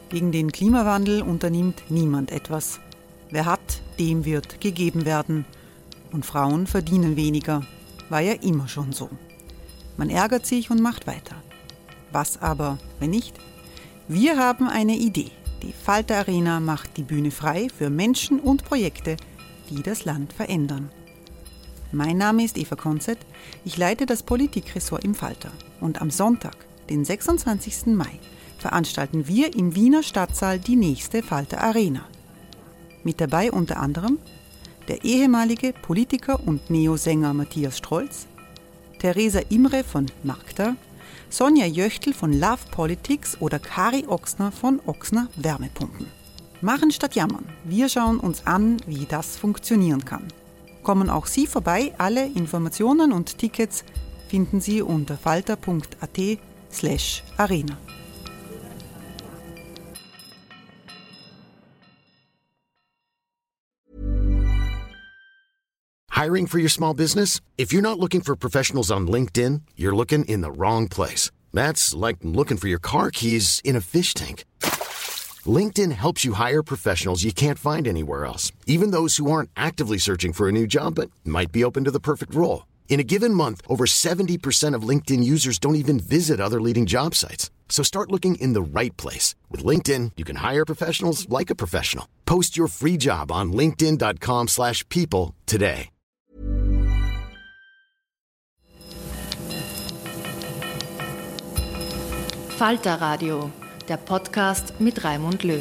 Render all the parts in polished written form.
Gegen den Klimawandel unternimmt niemand etwas. Wer hat, dem wird gegeben werden. Und Frauen verdienen weniger. War ja immer schon so. Man ärgert sich und macht weiter. Was aber, wenn nicht? Wir haben eine Idee. Die Falter Arena macht die Bühne frei für Menschen und Projekte, die das Land verändern. Mein Name ist Eva Konzett. Ich leite das Politikressort im Falter. Und am Sonntag, den 26. Mai, veranstalten wir im Wiener Stadtsaal die nächste Falter Arena. Mit dabei unter anderem der ehemalige Politiker und Neosänger Matthias Strolz, Theresa Imre von Magda, Sonja Jöchtl von Love Politics oder Kari Ochsner von Ochsner Wärmepumpen. Machen statt jammern. Wir schauen uns an, wie das funktionieren kann. Kommen auch Sie vorbei. Alle Informationen und Tickets finden Sie unter falter.at/arena. Hiring for your small business? If you're not looking for professionals on LinkedIn, you're looking in the wrong place. That's like looking for your car keys in a fish tank. LinkedIn helps you hire professionals you can't find anywhere else, even those who aren't actively searching for a new job but might be open to the perfect role. In a given month, over 70% of LinkedIn users don't even visit other leading job sites. So start looking in the right place. With LinkedIn, you can hire professionals like a professional. Post your free job on linkedin.com/people today. Falter Radio, der Podcast mit Raimund Löw.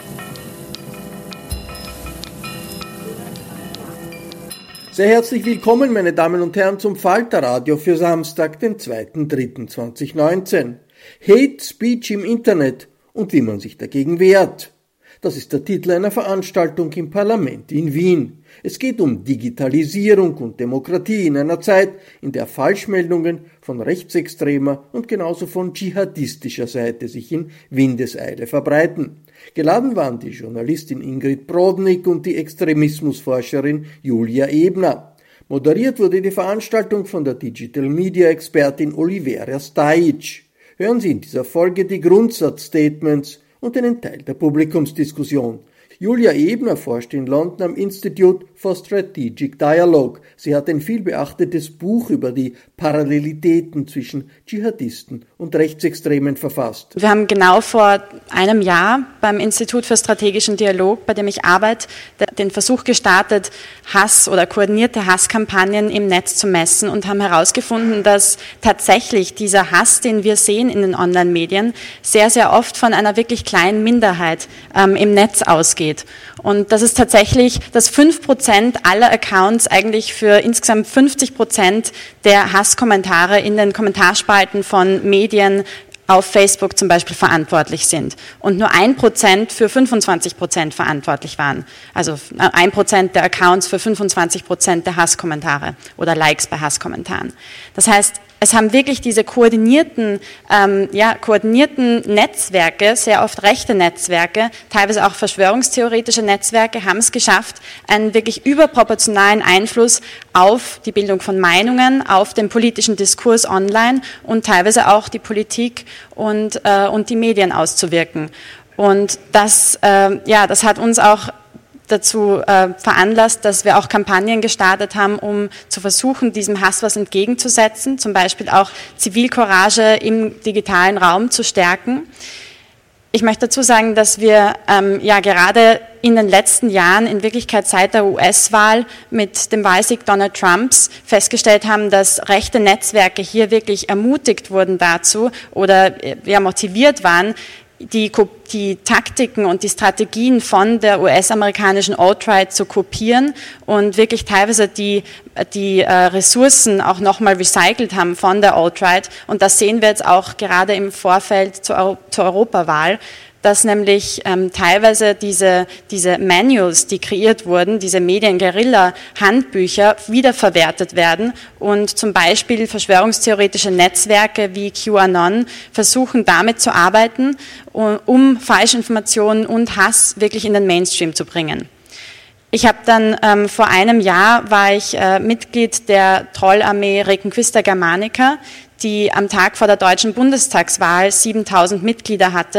Sehr herzlich willkommen, meine Damen und Herren, zum Falter Radio für Samstag, den 2.3.2019. Hate Speech im Internet und wie man sich dagegen wehrt. Das ist der Titel einer Veranstaltung im Parlament in Wien. Es geht um Digitalisierung und Demokratie in einer Zeit, in der Falschmeldungen von rechtsextremer und genauso von dschihadistischer Seite sich in Windeseile verbreiten. Geladen waren die Journalistin Ingrid Brodnik und die Extremismusforscherin Julia Ebner. Moderiert wurde die Veranstaltung von der Digital-Media-Expertin Olivera Stajic. Hören Sie in dieser Folge die Grundsatzstatements und einen Teil der Publikumsdiskussion. Julia Ebner forscht in London am Institute for Strategic Dialogue. Sie hat ein vielbeachtetes Buch über die Parallelitäten zwischen Dschihadisten und Rechtsextremen verfasst. Wir haben genau vor einem Jahr beim Institut für strategischen Dialog, bei dem ich arbeite, den Versuch gestartet, Hass oder koordinierte Hasskampagnen im Netz zu messen und haben herausgefunden, dass tatsächlich dieser Hass, den wir sehen in den Online-Medien, sehr, sehr oft von einer wirklich kleinen Minderheit im Netz ausgeht. Und das ist tatsächlich, dass 5% aller Accounts eigentlich für insgesamt 50% der Hasskommentare in den Kommentarspalten von Medien auf Facebook zum Beispiel verantwortlich sind und nur 1% für 25% verantwortlich waren. Also 1% der Accounts für 25% der Hasskommentare oder Likes bei Hasskommentaren. Das heißt, es haben wirklich diese koordinierten Netzwerke, sehr oft rechte Netzwerke, teilweise auch verschwörungstheoretische Netzwerke, haben es geschafft, einen wirklich überproportionalen Einfluss auf die Bildung von Meinungen, auf den politischen Diskurs online und teilweise auch die Politik und die Medien auszuwirken. Und das hat uns auch dazu veranlasst, dass wir auch Kampagnen gestartet haben, um zu versuchen, diesem Hass was entgegenzusetzen, zum Beispiel auch Zivilcourage im digitalen Raum zu stärken. Ich möchte dazu sagen, dass wir gerade in den letzten Jahren, in Wirklichkeit seit der US-Wahl mit dem Wahlsieg Donald Trumps, festgestellt haben, dass rechte Netzwerke hier wirklich ermutigt wurden dazu oder motiviert waren, die Taktiken und die Strategien von der US-amerikanischen Alt-Right zu kopieren und wirklich teilweise die Ressourcen auch nochmal recycelt haben von der Alt-Right. Und das sehen wir jetzt auch gerade im Vorfeld zur Europawahl, dass nämlich teilweise diese Manuals, die kreiert wurden, diese Medien-Guerilla-Handbücher wiederverwertet werden und zum Beispiel verschwörungstheoretische Netzwerke wie QAnon versuchen damit zu arbeiten, um Falschinformationen und Hass wirklich in den Mainstream zu bringen. Ich habe dann vor einem Jahr war ich Mitglied der Trollarmee Reconquista Germanica, die am Tag vor der deutschen Bundestagswahl 7.000 Mitglieder hatte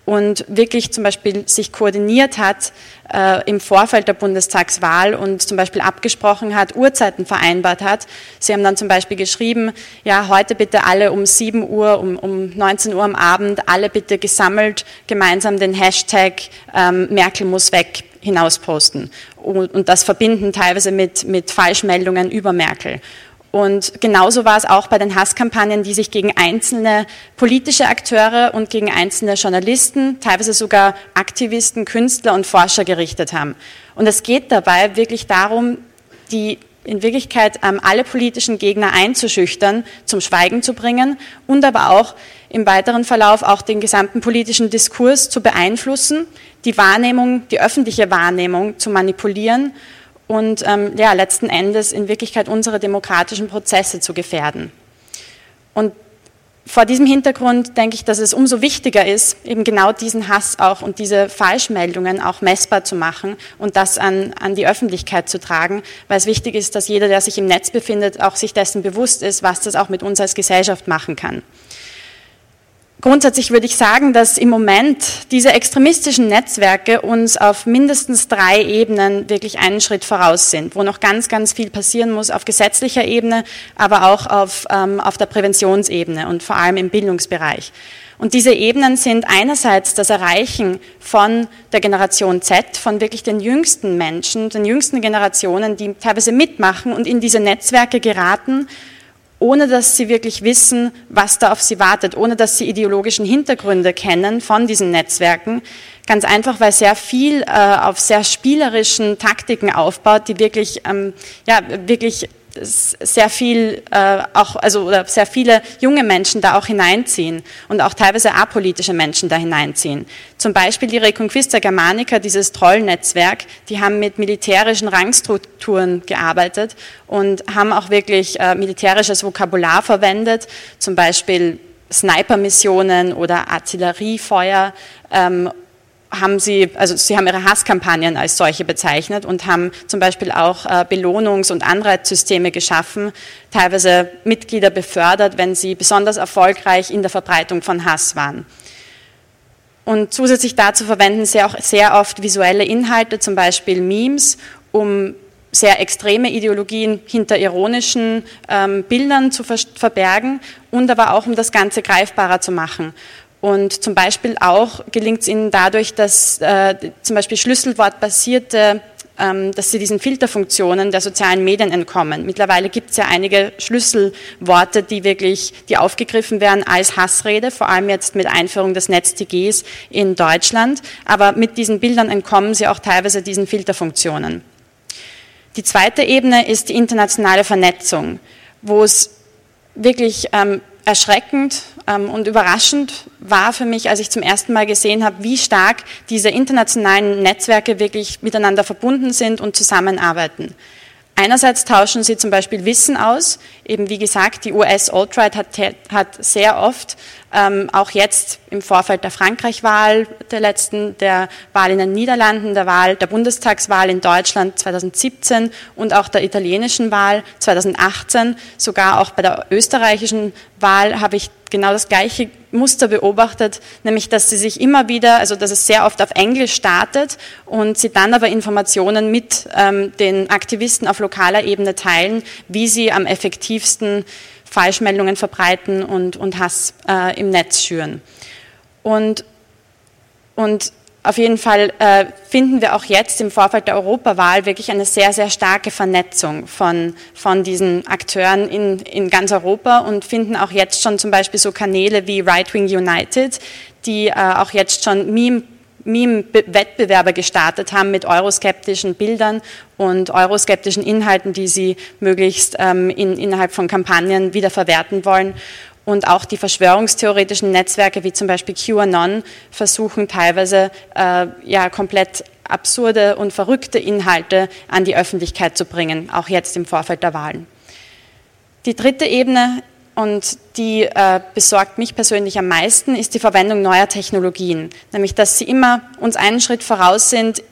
und wirklich zum Beispiel sich koordiniert hat im Vorfeld der Bundestagswahl und zum Beispiel abgesprochen hat, Uhrzeiten vereinbart hat. Sie haben dann zum Beispiel geschrieben, ja, heute bitte alle um 7 Uhr, um 19 Uhr am Abend, alle bitte gesammelt gemeinsam den Hashtag Merkel muss weg hinausposten und das verbinden teilweise mit Falschmeldungen über Merkel. Und genauso war es auch bei den Hasskampagnen, die sich gegen einzelne politische Akteure und gegen einzelne Journalisten, teilweise sogar Aktivisten, Künstler und Forscher gerichtet haben. Und es geht dabei wirklich darum, in Wirklichkeit alle politischen Gegner einzuschüchtern, zum Schweigen zu bringen und aber auch im weiteren Verlauf auch den gesamten politischen Diskurs zu beeinflussen, die öffentliche Wahrnehmung zu manipulieren und letzten Endes in Wirklichkeit unsere demokratischen Prozesse zu gefährden. Und vor diesem Hintergrund denke ich, dass es umso wichtiger ist, eben genau diesen Hass auch und diese Falschmeldungen auch messbar zu machen und das an die Öffentlichkeit zu tragen, weil es wichtig ist, dass jeder, der sich im Netz befindet, auch sich dessen bewusst ist, was das auch mit uns als Gesellschaft machen kann. Grundsätzlich würde ich sagen, dass im Moment diese extremistischen Netzwerke uns auf mindestens 3 Ebenen wirklich einen Schritt voraus sind, wo noch ganz, ganz viel passieren muss auf gesetzlicher Ebene, aber auch auf der Präventionsebene und vor allem im Bildungsbereich. Und diese Ebenen sind einerseits das Erreichen von der Generation Z, von wirklich den jüngsten Menschen, den jüngsten Generationen, die teilweise mitmachen und in diese Netzwerke geraten, ohne dass sie wirklich wissen, was da auf sie wartet, ohne dass sie ideologischen Hintergründe kennen von diesen Netzwerken. Ganz einfach, weil sehr viel auf sehr spielerischen Taktiken aufbaut, die wirklich sehr viel oder sehr viele junge Menschen da auch hineinziehen und auch teilweise apolitische Menschen da hineinziehen. Zum Beispiel die Reconquista Germanica, dieses Trollnetzwerk, die haben mit militärischen Rangstrukturen gearbeitet und haben auch wirklich militärisches Vokabular verwendet, zum Beispiel Sniper-Missionen oder Artilleriefeuer. Sie haben ihre Hasskampagnen als solche bezeichnet und haben zum Beispiel auch Belohnungs- und Anreizsysteme geschaffen, teilweise Mitglieder befördert, wenn sie besonders erfolgreich in der Verbreitung von Hass waren. Und zusätzlich dazu verwenden sie auch sehr oft visuelle Inhalte, zum Beispiel Memes, um sehr extreme Ideologien hinter ironischen Bildern zu verbergen und aber auch, um das Ganze greifbarer zu machen. Und zum Beispiel auch gelingt es ihnen dadurch, dass zum Beispiel schlüsselwortbasierte, dass sie diesen Filterfunktionen der sozialen Medien entkommen. Mittlerweile gibt es ja einige Schlüsselworte, die aufgegriffen werden als Hassrede, vor allem jetzt mit Einführung des NetzDGs in Deutschland. Aber mit diesen Bildern entkommen sie auch teilweise diesen Filterfunktionen. Die zweite Ebene ist die internationale Vernetzung, wo es wirklich erschreckend und überraschend war für mich, als ich zum ersten Mal gesehen habe, wie stark diese internationalen Netzwerke wirklich miteinander verbunden sind und zusammenarbeiten. Einerseits tauschen sie zum Beispiel Wissen aus, eben wie gesagt, die US-Alt-Right hat sehr oft, auch jetzt im Vorfeld der Frankreich-Wahl, der Wahl in den Niederlanden, der Bundestagswahl in Deutschland 2017 und auch der italienischen Wahl 2018, sogar auch bei der österreichischen Wahl habe ich genau das gleiche Muster beobachtet, nämlich dass sie sich immer wieder, dass es sehr oft auf Englisch startet und sie dann aber Informationen mit den Aktivisten auf lokaler Ebene teilen, wie sie am effektivsten Falschmeldungen verbreiten und Hass im Netz schüren. Und auf jeden Fall finden wir auch jetzt im Vorfeld der Europawahl wirklich eine sehr, sehr starke Vernetzung von diesen Akteuren in ganz Europa und finden auch jetzt schon zum Beispiel so Kanäle wie Right Wing United, die auch jetzt schon Meme-Wettbewerbe gestartet haben mit euroskeptischen Bildern und euroskeptischen Inhalten, die sie möglichst innerhalb von Kampagnen wiederverwerten wollen. Und auch die verschwörungstheoretischen Netzwerke wie zum Beispiel QAnon versuchen teilweise komplett absurde und verrückte Inhalte an die Öffentlichkeit zu bringen, auch jetzt im Vorfeld der Wahlen. Die dritte Ebene, und die besorgt mich persönlich am meisten, ist die Verwendung neuer Technologien, nämlich dass sie immer uns einen Schritt voraus sind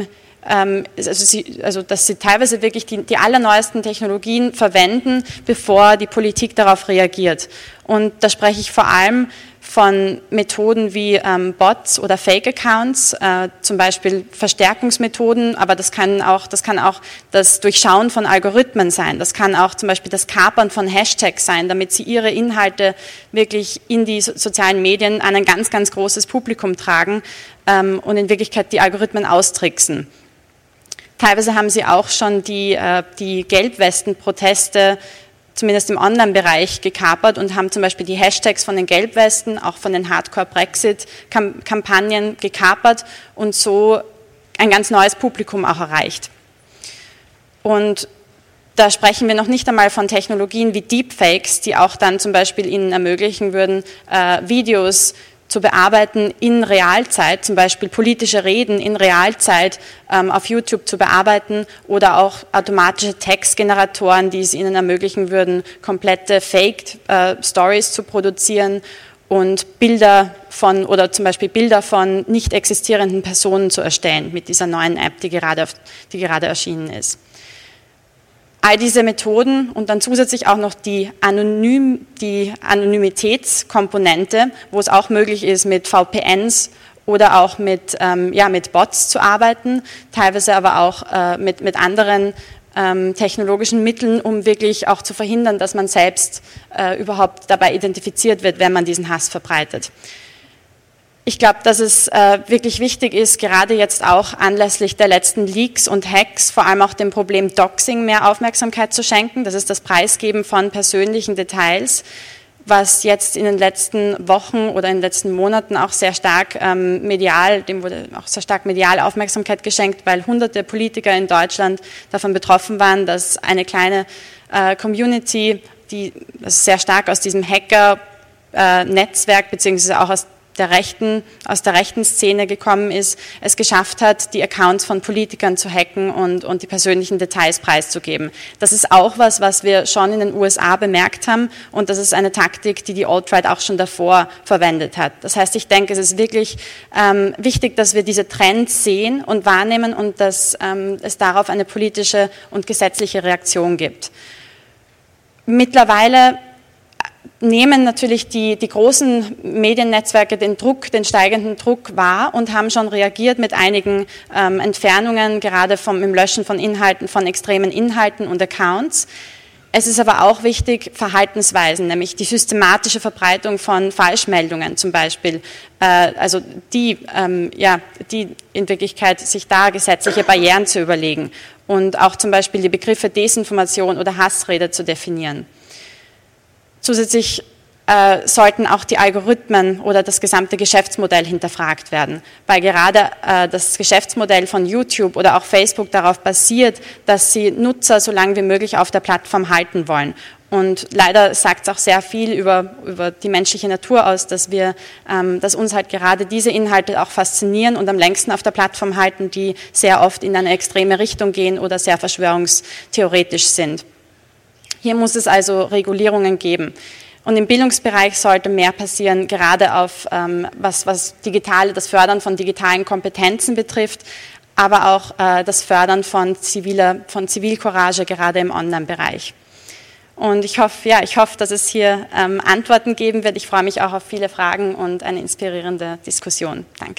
dass sie teilweise wirklich die allerneuesten Technologien verwenden, bevor die Politik darauf reagiert. Und da spreche ich vor allem von Methoden wie Bots oder Fake-Accounts, zum Beispiel Verstärkungsmethoden, aber das kann auch das Durchschauen von Algorithmen sein. Das kann auch zum Beispiel das Kapern von Hashtags sein, damit sie ihre Inhalte wirklich in die sozialen Medien an ein ganz, ganz großes Publikum tragen und in Wirklichkeit die Algorithmen austricksen. Teilweise haben sie auch schon die Gelbwesten-Proteste zumindest im Online-Bereich gekapert und haben zum Beispiel die Hashtags von den Gelbwesten, auch von den Hardcore-Brexit-Kampagnen gekapert und so ein ganz neues Publikum auch erreicht. Und da sprechen wir noch nicht einmal von Technologien wie Deepfakes, die auch dann zum Beispiel ihnen ermöglichen würden, Videos zu bearbeiten in Realzeit, zum Beispiel politische Reden in Realzeit auf YouTube zu bearbeiten oder auch automatische Textgeneratoren, die es ihnen ermöglichen würden, komplette Fake-Stories zu produzieren und Bilder von nicht existierenden Personen zu erstellen mit dieser neuen App, die gerade erschienen ist. All diese Methoden und dann zusätzlich auch noch die Anonymitätskomponente, wo es auch möglich ist, mit VPNs oder auch mit Bots zu arbeiten, teilweise aber auch mit anderen technologischen Mitteln, um wirklich auch zu verhindern, dass man selbst überhaupt dabei identifiziert wird, wenn man diesen Hass verbreitet. Ich glaube, dass es wirklich wichtig ist, gerade jetzt auch anlässlich der letzten Leaks und Hacks, vor allem auch dem Problem Doxing mehr Aufmerksamkeit zu schenken. Das ist das Preisgeben von persönlichen Details, was jetzt in den letzten Wochen oder in den letzten Monaten auch sehr stark dem wurde auch sehr stark medial Aufmerksamkeit geschenkt, weil hunderte Politiker in Deutschland davon betroffen waren, dass eine kleine Community, die sehr stark aus diesem Hacker-Netzwerk beziehungsweise auch aus der rechten Szene gekommen ist, es geschafft hat, die Accounts von Politikern zu hacken und die persönlichen Details preiszugeben. Das ist auch was wir schon in den USA bemerkt haben und das ist eine Taktik, die Alt-Right auch schon davor verwendet hat. Das heißt, ich denke, es ist wirklich wichtig, dass wir diese Trends sehen und wahrnehmen und dass es darauf eine politische und gesetzliche Reaktion gibt. Mittlerweile nehmen natürlich die großen Mediennetzwerke den steigenden Druck wahr und haben schon reagiert mit einigen Entfernungen, gerade im Löschen von Inhalten, von extremen Inhalten und Accounts. Es ist aber auch wichtig, Verhaltensweisen, nämlich die systematische Verbreitung von Falschmeldungen zum Beispiel, die in Wirklichkeit sich da gesetzliche Barrieren zu überlegen und auch zum Beispiel die Begriffe Desinformation oder Hassrede zu definieren. Zusätzlich sollten auch die Algorithmen oder das gesamte Geschäftsmodell hinterfragt werden, weil gerade das Geschäftsmodell von YouTube oder auch Facebook darauf basiert, dass sie Nutzer so lange wie möglich auf der Plattform halten wollen. Und leider sagt es auch sehr viel über die menschliche Natur aus, dass uns halt gerade diese Inhalte auch faszinieren und am längsten auf der Plattform halten, die sehr oft in eine extreme Richtung gehen oder sehr verschwörungstheoretisch sind. Hier muss es also Regulierungen geben. Und im Bildungsbereich sollte mehr passieren, gerade auf was das Fördern von digitalen Kompetenzen betrifft, aber auch das Fördern von Zivilcourage, gerade im Online-Bereich. Und ich hoffe, dass es hier Antworten geben wird. Ich freue mich auch auf viele Fragen und eine inspirierende Diskussion. Danke.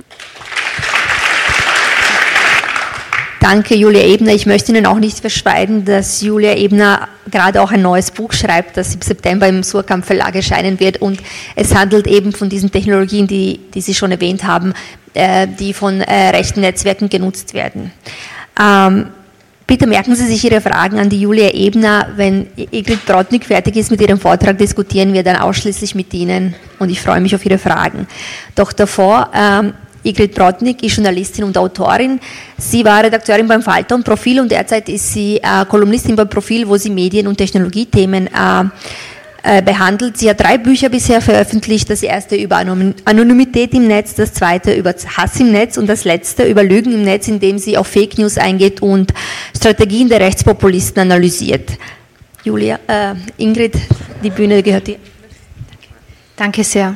Danke, Julia Ebner. Ich möchte Ihnen auch nicht verschweigen, dass Julia Ebner gerade auch ein neues Buch schreibt, das im September im Surkamp Verlag erscheinen wird. Und es handelt eben von diesen Technologien, die Sie schon erwähnt haben, die von rechten Netzwerken genutzt werden. Bitte merken Sie sich Ihre Fragen an die Julia Ebner. Wenn Ingrid Brodnik fertig ist mit ihrem Vortrag, diskutieren wir dann ausschließlich mit Ihnen und ich freue mich auf Ihre Fragen. Doch davor, Ingrid Brodnik ist Journalistin und Autorin. Sie war Redakteurin beim Falter und Profil und derzeit ist sie Kolumnistin beim Profil, wo sie Medien- und Technologiethemen behandelt. Sie hat 3 Bücher bisher veröffentlicht. Das erste über Anonymität im Netz, das zweite über Hass im Netz und das letzte über Lügen im Netz, in dem sie auf Fake News eingeht und Strategien der Rechtspopulisten analysiert. Ingrid, die Bühne gehört dir. Danke sehr.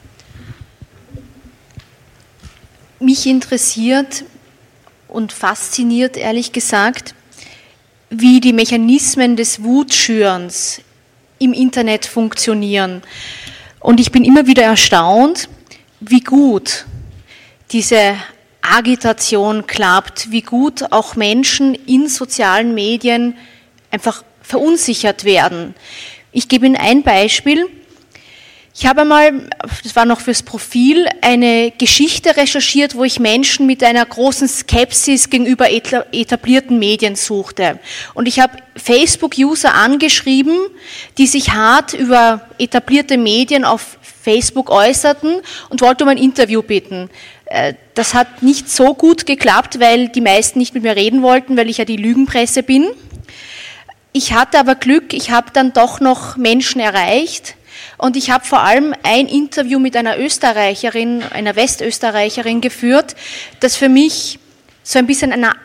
Mich interessiert und fasziniert, ehrlich gesagt, wie die Mechanismen des Wutschürens im Internet funktionieren. Und ich bin immer wieder erstaunt, wie gut diese Agitation klappt, wie gut auch Menschen in sozialen Medien einfach verunsichert werden. Ich gebe Ihnen ein Beispiel. Ich habe einmal, das war noch fürs Profil, eine Geschichte recherchiert, wo ich Menschen mit einer großen Skepsis gegenüber etablierten Medien suchte. Und ich habe Facebook-User angeschrieben, die sich hart über etablierte Medien auf Facebook äußerten und wollte um ein Interview bitten. Das hat nicht so gut geklappt, weil die meisten nicht mit mir reden wollten, weil ich ja die Lügenpresse bin. Ich hatte aber Glück, ich habe dann doch noch Menschen erreicht. Und ich habe vor allem ein Interview mit einer Österreicherin, einer Westösterreicherin geführt, das für mich so ein bisschen ein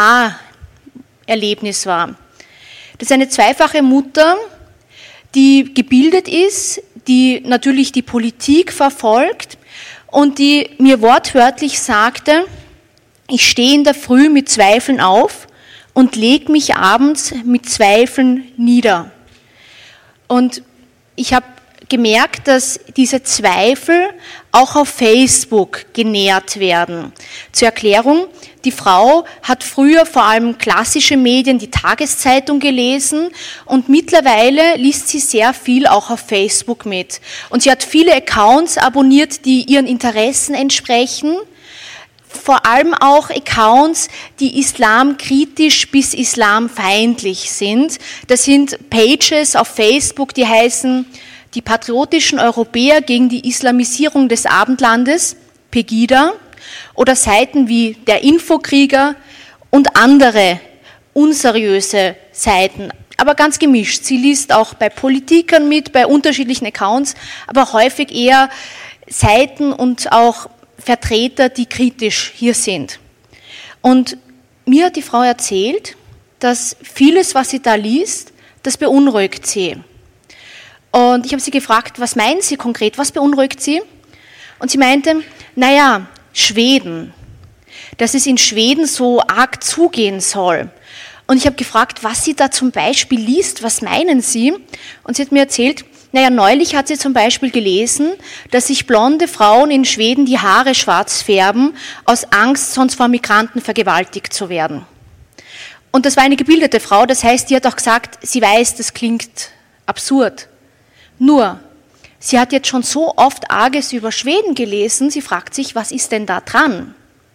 Aha-Erlebnis war. Das ist eine zweifache Mutter, die gebildet ist, die natürlich die Politik verfolgt und die mir wortwörtlich sagte, ich stehe in der Früh mit Zweifeln auf und lege mich abends mit Zweifeln nieder. Und ich habe gemerkt, dass diese Zweifel auch auf Facebook genährt werden. Zur Erklärung, die Frau hat früher vor allem klassische Medien, die Tageszeitung gelesen und mittlerweile liest sie sehr viel auch auf Facebook mit. Und sie hat viele Accounts abonniert, die ihren Interessen entsprechen. Vor allem auch Accounts, die islamkritisch bis islamfeindlich sind. Das sind Pages auf Facebook, die heißen die patriotischen Europäer gegen die Islamisierung des Abendlandes, Pegida, oder Seiten wie der Infokrieger und andere unseriöse Seiten, aber ganz gemischt. Sie liest auch bei Politikern mit, bei unterschiedlichen Accounts, aber häufig eher Seiten und auch Vertreter, die kritisch hier sind. Und mir hat die Frau erzählt, dass vieles, was sie da liest, das beunruhigt sie. Und ich habe sie gefragt, was meinen Sie konkret, was beunruhigt Sie? Und sie meinte, naja, Schweden, dass es in Schweden so arg zugehen soll. Und ich habe gefragt, was sie da zum Beispiel liest, was meinen Sie? Und sie hat mir erzählt, naja, neulich hat sie zum Beispiel gelesen, dass sich blonde Frauen in Schweden die Haare schwarz färben, aus Angst, sonst von Migranten vergewaltigt zu werden. Und das war eine gebildete Frau, das heißt, die hat auch gesagt, sie weiß, das klingt absurd. Nur, sie hat jetzt schon so oft Arges über Schweden gelesen, sie fragt sich, was ist denn da dran?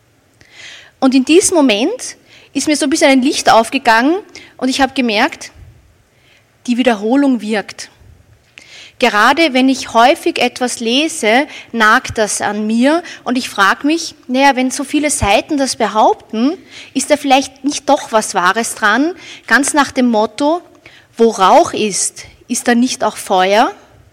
Und in diesem Moment ist mir so ein bisschen ein Licht aufgegangen und ich habe gemerkt, die Wiederholung wirkt. Gerade wenn ich häufig etwas lese, nagt das an mir und ich frage mich, naja, wenn so viele Seiten das behaupten, ist da vielleicht nicht doch was Wahres dran, ganz nach dem Motto, wo Rauch ist da nicht auch Feuer?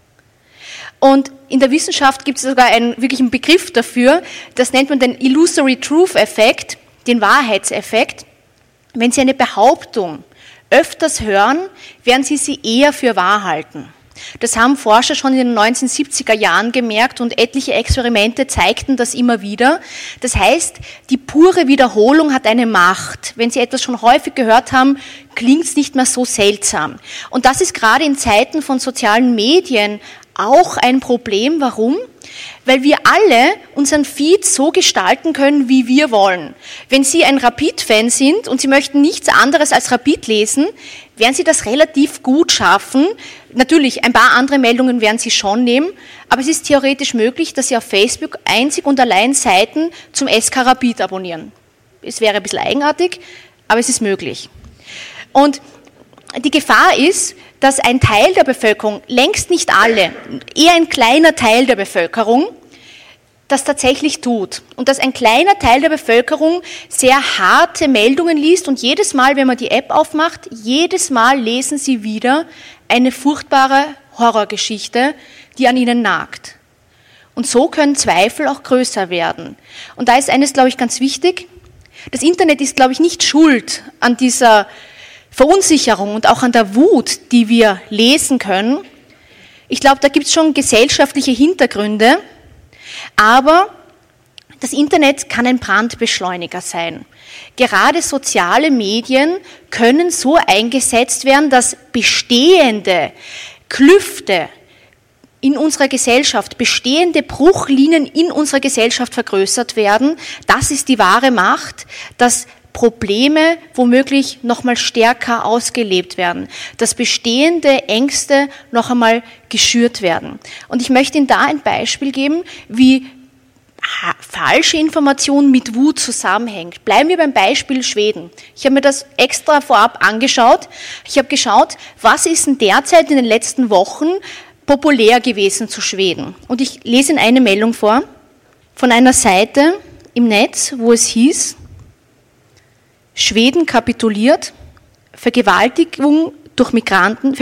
Und in der Wissenschaft gibt es sogar einen wirklichen Begriff dafür, das nennt man den Illusory Truth Effekt, den Wahrheitseffekt. Wenn Sie eine Behauptung öfters hören, werden Sie sie eher für wahr halten. Das haben Forscher schon in den 1970er Jahren gemerkt und etliche Experimente zeigten das immer wieder. Das heißt, die pure Wiederholung hat eine Macht. Wenn Sie etwas schon häufig gehört haben, klingt es nicht mehr so seltsam. Und das ist gerade in Zeiten von sozialen Medien auch ein Problem. Warum? Weil wir alle unseren Feed so gestalten können, wie wir wollen. Wenn Sie ein Rapid-Fan sind und Sie möchten nichts anderes als Rapid lesen, werden Sie das relativ gut schaffen. Natürlich, ein paar andere Meldungen werden Sie schon nehmen, aber es ist theoretisch möglich, dass Sie auf Facebook einzig und allein Seiten zum SK Rapid abonnieren. Es wäre ein bisschen eigenartig, aber es ist möglich. Und die Gefahr ist, dass ein Teil der Bevölkerung, längst nicht alle, eher ein kleiner Teil der Bevölkerung, das tatsächlich tut. Und dass ein kleiner Teil der Bevölkerung sehr harte Meldungen liest und jedes Mal, wenn man die App aufmacht, jedes Mal lesen sie wieder eine furchtbare Horrorgeschichte, die an ihnen nagt. Und so können Zweifel auch größer werden. Und da ist eines, glaube ich, ganz wichtig. Das Internet ist, glaube ich, nicht schuld an dieser Verunsicherung und auch an der Wut, die wir lesen können. Ich glaube, da gibt es schon gesellschaftliche Hintergründe, aber das Internet kann ein Brandbeschleuniger sein. Gerade soziale Medien können so eingesetzt werden, dass bestehende Klüfte in unserer Gesellschaft, bestehende Bruchlinien in unserer Gesellschaft vergrößert werden. Das ist die wahre Macht, dass Probleme womöglich noch mal stärker ausgelebt werden, dass bestehende Ängste noch einmal geschürt werden. Und ich möchte Ihnen da ein Beispiel geben, wie falsche Information mit Wut zusammenhängt. Bleiben wir beim Beispiel Schweden. Ich habe mir das extra vorab angeschaut. Ich habe geschaut, was ist denn derzeit in den letzten Wochen populär gewesen zu Schweden. Und ich lese Ihnen eine Meldung vor von einer Seite im Netz, wo es hieß, Schweden kapituliert, Vergewaltigungen durch Migranten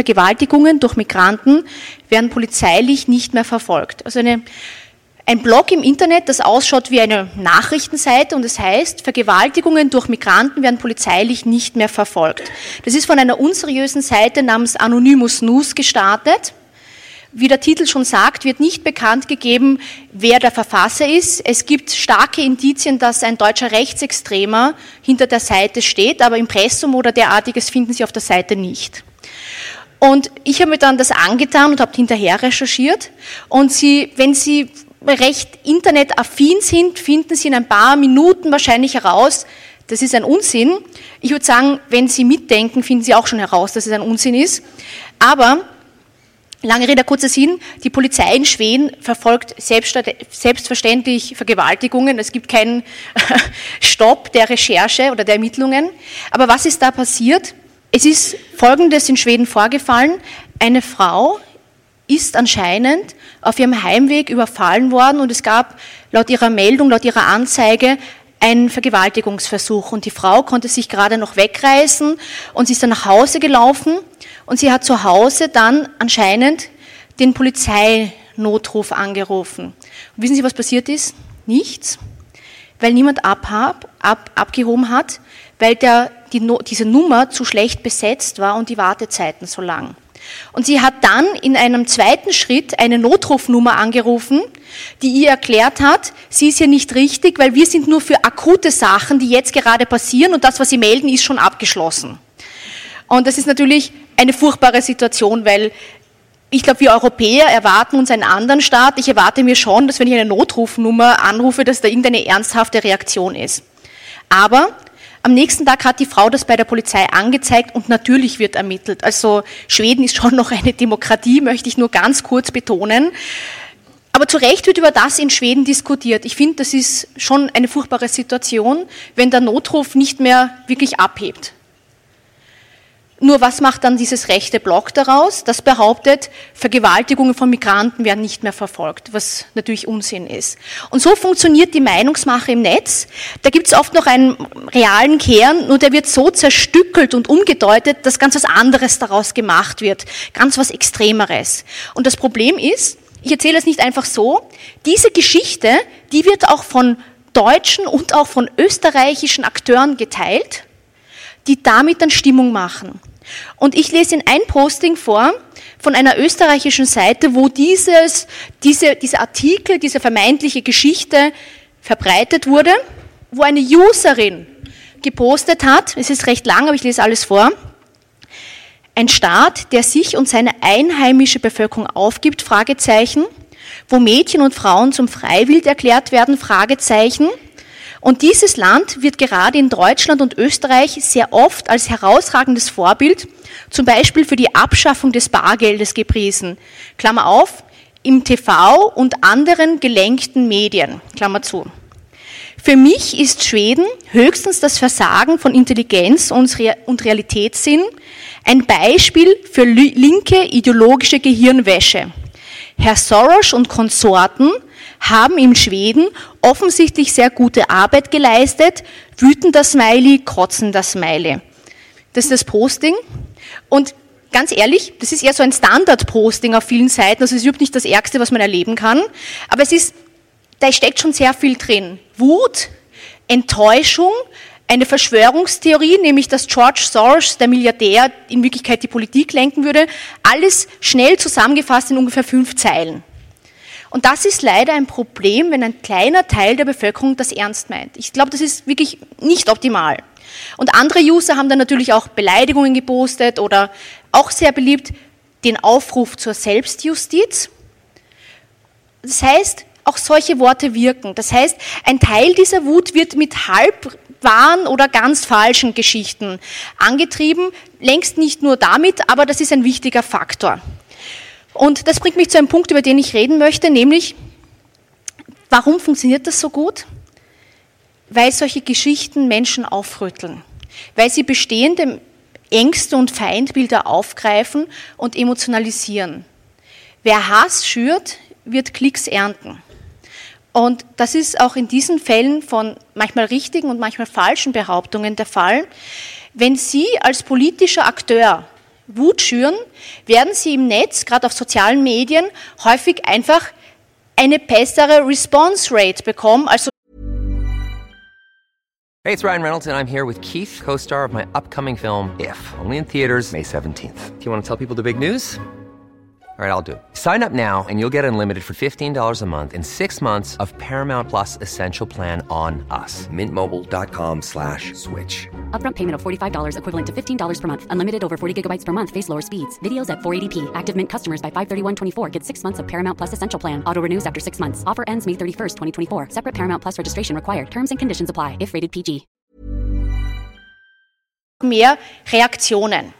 werden polizeilich nicht mehr verfolgt. Also ein Blog im Internet, das ausschaut wie eine Nachrichtenseite und es heißt, Vergewaltigungen durch Migranten werden polizeilich nicht mehr verfolgt. Das ist von einer unseriösen Seite namens Anonymous News gestartet. Wie der Titel schon sagt, wird nicht bekannt gegeben, wer der Verfasser ist. Es gibt starke Indizien, dass ein deutscher Rechtsextremer hinter der Seite steht, aber Impressum oder derartiges finden Sie auf der Seite nicht. Und ich habe mir dann das angetan und habe hinterher recherchiert. Und wenn Sie recht internetaffin sind, finden Sie in ein paar Minuten wahrscheinlich heraus, das ist ein Unsinn. Ich würde sagen, wenn Sie mitdenken, finden Sie auch schon heraus, dass es ein Unsinn ist. Aber lange Rede, kurzer Sinn, die Polizei in Schweden verfolgt selbstverständlich Vergewaltigungen. Es gibt keinen Stopp der Recherche oder der Ermittlungen. Aber was ist da passiert? Es ist Folgendes in Schweden vorgefallen. Eine Frau ist anscheinend auf ihrem Heimweg überfallen worden und es gab laut ihrer Meldung, laut ihrer Anzeige einen Vergewaltigungsversuch. Und die Frau konnte sich gerade noch wegreißen und sie ist dann nach Hause gelaufen. Und sie hat zu Hause dann anscheinend den Polizeinotruf angerufen. Und wissen Sie, was passiert ist? Nichts, weil niemand abgehoben hat, weil diese Nummer zu schlecht besetzt war und die Wartezeiten so lang. Und sie hat dann in einem zweiten Schritt eine Notrufnummer angerufen, die ihr erklärt hat, sie ist hier nicht richtig, weil wir sind nur für akute Sachen, die jetzt gerade passieren und das, was Sie melden, ist schon abgeschlossen. Und das ist natürlich eine furchtbare Situation, weil ich glaube, wir Europäer erwarten uns einen anderen Staat. Ich erwarte mir schon, dass wenn ich eine Notrufnummer anrufe, dass da irgendeine ernsthafte Reaktion ist. Aber am nächsten Tag hat die Frau das bei der Polizei angezeigt und natürlich wird ermittelt. Also Schweden ist schon noch eine Demokratie, möchte ich nur ganz kurz betonen. Aber zu Recht wird über das in Schweden diskutiert. Ich finde, das ist schon eine furchtbare Situation, wenn der Notruf nicht mehr wirklich abhebt. Nur was macht dann dieses rechte Block daraus? Das behauptet, Vergewaltigungen von Migranten werden nicht mehr verfolgt, was natürlich Unsinn ist. Und so funktioniert die Meinungsmache im Netz. Da gibt es oft noch einen realen Kern, nur der wird so zerstückelt und umgedeutet, dass ganz was anderes daraus gemacht wird, ganz was Extremeres. Und das Problem ist, ich erzähle es nicht einfach so, diese Geschichte, die wird auch von deutschen und auch von österreichischen Akteuren geteilt, die damit dann Stimmung machen. Und ich lese Ihnen ein Posting vor von einer österreichischen Seite, wo diese Artikel, diese vermeintliche Geschichte verbreitet wurde, wo eine Userin gepostet hat, es ist recht lang, aber ich lese alles vor, ein Staat, der sich und seine einheimische Bevölkerung aufgibt, Fragezeichen, wo Mädchen und Frauen zum Freiwild erklärt werden, Fragezeichen. Und dieses Land wird gerade in Deutschland und Österreich sehr oft als herausragendes Vorbild, zum Beispiel für die Abschaffung des Bargeldes gepriesen, Klammer auf, im TV und anderen gelenkten Medien, Klammer zu. Für mich ist Schweden höchstens das Versagen von Intelligenz und Realitätssinn, ein Beispiel für linke ideologische Gehirnwäsche. Herr Soros und Konsorten haben in Schweden offensichtlich sehr gute Arbeit geleistet, wütender Smiley, kotzender Smiley. Das ist das Posting und ganz ehrlich, das ist eher so ein Standard-Posting auf vielen Seiten, also es ist überhaupt nicht das Ärgste, was man erleben kann, aber da steckt schon sehr viel drin. Wut, Enttäuschung, eine Verschwörungstheorie, nämlich dass George Soros, der Milliardär, in Wirklichkeit die Politik lenken würde, alles schnell zusammengefasst in ungefähr 5 Zeilen. Und das ist leider ein Problem, wenn ein kleiner Teil der Bevölkerung das ernst meint. Ich glaube, das ist wirklich nicht optimal. Und andere User haben dann natürlich auch Beleidigungen gepostet oder auch sehr beliebt den Aufruf zur Selbstjustiz. Das heißt, auch solche Worte wirken. Das heißt, ein Teil dieser Wut wird mit halb wahren oder ganz falschen Geschichten angetrieben, längst nicht nur damit, aber das ist ein wichtiger Faktor. Und das bringt mich zu einem Punkt, über den ich reden möchte, nämlich, warum funktioniert das so gut? Weil solche Geschichten Menschen aufrütteln, weil sie bestehende Ängste und Feindbilder aufgreifen und emotionalisieren. Wer Hass schürt, wird Klicks ernten. Und das ist auch in diesen Fällen von manchmal richtigen und manchmal falschen Behauptungen der Fall. Wenn Sie als politischer Akteur Wut schüren, werden Sie im Netz, gerade auf sozialen Medien, häufig einfach eine bessere Response Rate bekommen. Also Hey, it's Ryan Reynolds, and I'm here with Keith, co-star of my upcoming film, If, only in theaters May 17th. Do you want to tell people the big news? All right, I'll do it. Sign up now and you'll get unlimited for $15 a month and 6 months of Paramount Plus Essential Plan on us. MintMobile.com/switch. Upfront payment of $45 equivalent to $15 per month. Unlimited over 40 gigabytes per month. Face lower speeds. Videos at 480p. Active Mint customers by 531.24 get 6 months of Paramount Plus Essential Plan. Auto renews after 6 months. Offer ends May 31st, 2024. Separate Paramount Plus registration required. Terms and conditions apply if rated PG. Mehr Reaktionen.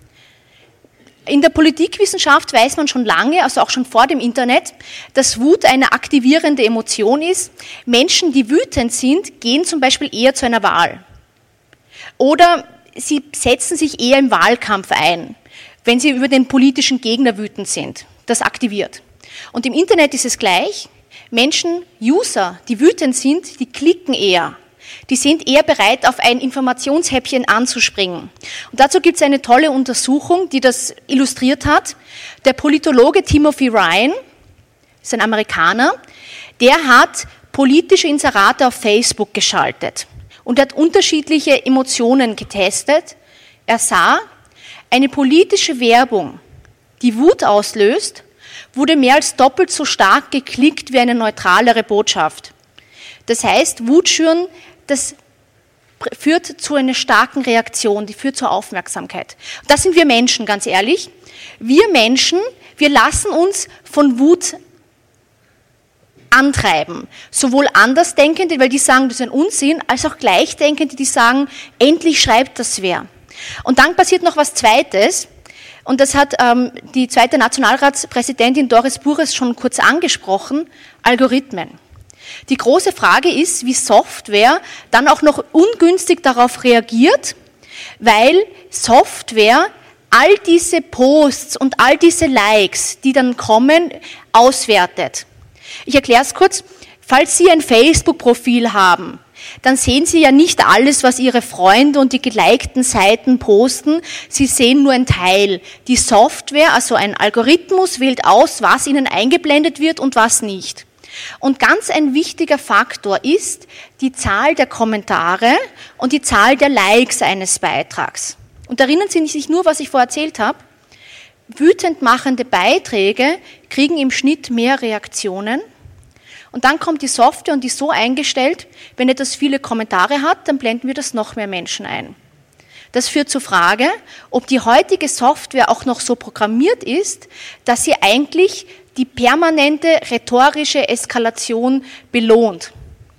In der Politikwissenschaft weiß man schon lange, also auch schon vor dem Internet, dass Wut eine aktivierende Emotion ist. Menschen, die wütend sind, gehen zum Beispiel eher zu einer Wahl. Oder sie setzen sich eher im Wahlkampf ein, wenn sie über den politischen Gegner wütend sind. Das aktiviert. Und im Internet ist es gleich. Menschen, User, die wütend sind, die klicken eher. Die sind eher bereit, auf ein Informationshäppchen anzuspringen. Und dazu gibt es eine tolle Untersuchung, die das illustriert hat. Der Politologe Timothy Ryan, ist ein Amerikaner, der hat politische Inserate auf Facebook geschaltet und hat unterschiedliche Emotionen getestet. Er sah, eine politische Werbung, die Wut auslöst, wurde mehr als doppelt so stark geklickt wie eine neutralere Botschaft. Das heißt, Wut schüren, das führt zu einer starken Reaktion, die führt zur Aufmerksamkeit. Das sind wir Menschen, ganz ehrlich. Wir Menschen, wir lassen uns von Wut antreiben. Sowohl Andersdenkende, weil die sagen, das ist ein Unsinn, als auch Gleichdenkende, die sagen, endlich schreibt das wer. Und dann passiert noch was Zweites. Und das hat die zweite Nationalratspräsidentin Doris Burres schon kurz angesprochen, Algorithmen. Die große Frage ist, wie Software dann auch noch ungünstig darauf reagiert, weil Software all diese Posts und all diese Likes, die dann kommen, auswertet. Ich erkläre es kurz. Falls Sie ein Facebook-Profil haben, dann sehen Sie ja nicht alles, was Ihre Freunde und die gelikten Seiten posten. Sie sehen nur einen Teil. Die Software, also ein Algorithmus, wählt aus, was Ihnen eingeblendet wird und was nicht. Und ganz ein wichtiger Faktor ist die Zahl der Kommentare und die Zahl der Likes eines Beitrags. Und erinnern Sie sich nur, was ich vorher erzählt habe? Wütend machende Beiträge kriegen im Schnitt mehr Reaktionen. Und dann kommt die Software und die ist so eingestellt, wenn etwas viele Kommentare hat, dann blenden wir das noch mehr Menschen ein. Das führt zur Frage, ob die heutige Software auch noch so programmiert ist, dass sie eigentlich die permanente rhetorische Eskalation belohnt.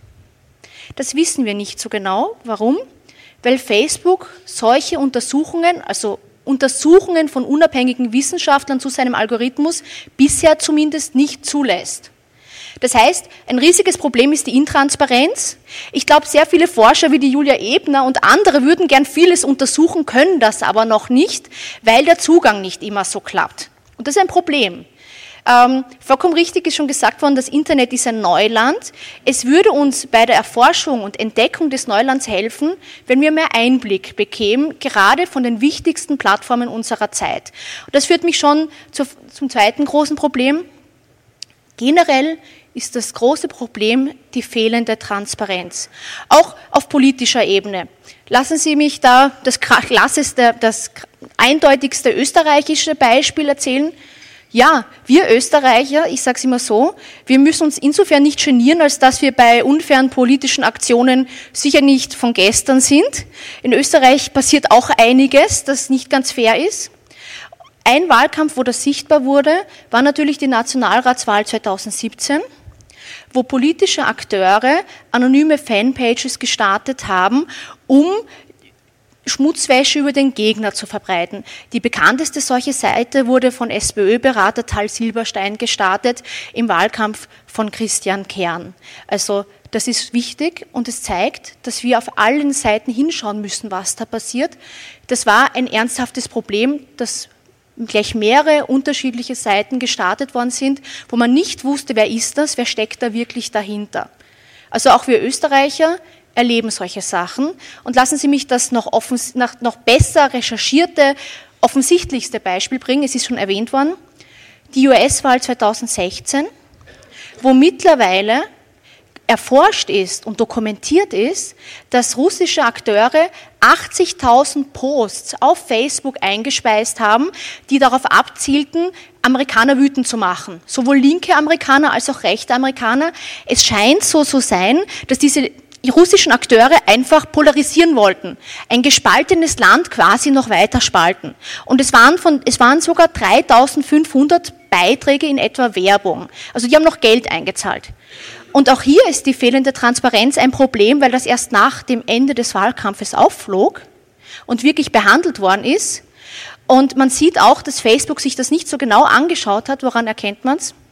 Das wissen wir nicht so genau. Warum? Weil Facebook solche Untersuchungen, also Untersuchungen von unabhängigen Wissenschaftlern zu seinem Algorithmus, bisher zumindest nicht zulässt. Das heißt, ein riesiges Problem ist die Intransparenz. Ich glaube, sehr viele Forscher wie die Julia Ebner und andere würden gern vieles untersuchen, können das aber noch nicht, weil der Zugang nicht immer so klappt. Und das ist ein Problem. Vollkommen richtig ist schon gesagt worden, das Internet ist ein Neuland. Es würde uns bei der Erforschung und Entdeckung des Neulands helfen, wenn wir mehr Einblick bekämen, gerade von den wichtigsten Plattformen unserer Zeit. Und das führt mich schon zum zweiten großen Problem. Generell ist das große Problem die fehlende Transparenz, auch auf politischer Ebene. Lassen Sie mich da das eindeutigste österreichische Beispiel erzählen. Ja, wir Österreicher, ich sage es immer so, wir müssen uns insofern nicht genieren, als dass wir bei unfairen politischen Aktionen sicher nicht von gestern sind. In Österreich passiert auch einiges, das nicht ganz fair ist. Ein Wahlkampf, wo das sichtbar wurde, war natürlich die Nationalratswahl 2017, wo politische Akteure anonyme Fanpages gestartet haben, um Schmutzwäsche über den Gegner zu verbreiten. Die bekannteste solche Seite wurde von SPÖ-Berater Tal Silberstein gestartet im Wahlkampf von Christian Kern. Also das ist wichtig und es zeigt, dass wir auf allen Seiten hinschauen müssen, was da passiert. Das war ein ernsthaftes Problem, das gleich mehrere unterschiedliche Seiten gestartet worden sind, wo man nicht wusste, wer ist das, wer steckt da wirklich dahinter. Also auch wir Österreicher erleben solche Sachen und lassen Sie mich das noch besser recherchierte, offensichtlichste Beispiel bringen, es ist schon erwähnt worden, die US-Wahl 2016, wo mittlerweile erforscht ist und dokumentiert ist, dass russische Akteure 80.000 Posts auf Facebook eingespeist haben, die darauf abzielten, Amerikaner wütend zu machen. Sowohl linke Amerikaner als auch rechte Amerikaner. Es scheint so zu sein, dass diese russischen Akteure einfach polarisieren wollten. Ein gespaltenes Land quasi noch weiter spalten. Und es waren sogar 3.500 Beiträge in etwa Werbung. Also die haben noch Geld eingezahlt. Und auch hier ist die fehlende Transparenz ein Problem, weil das erst nach dem Ende des Wahlkampfes aufflog und wirklich behandelt worden ist. Und man sieht auch, dass Facebook sich das nicht so genau angeschaut hat. Woran erkennt man es?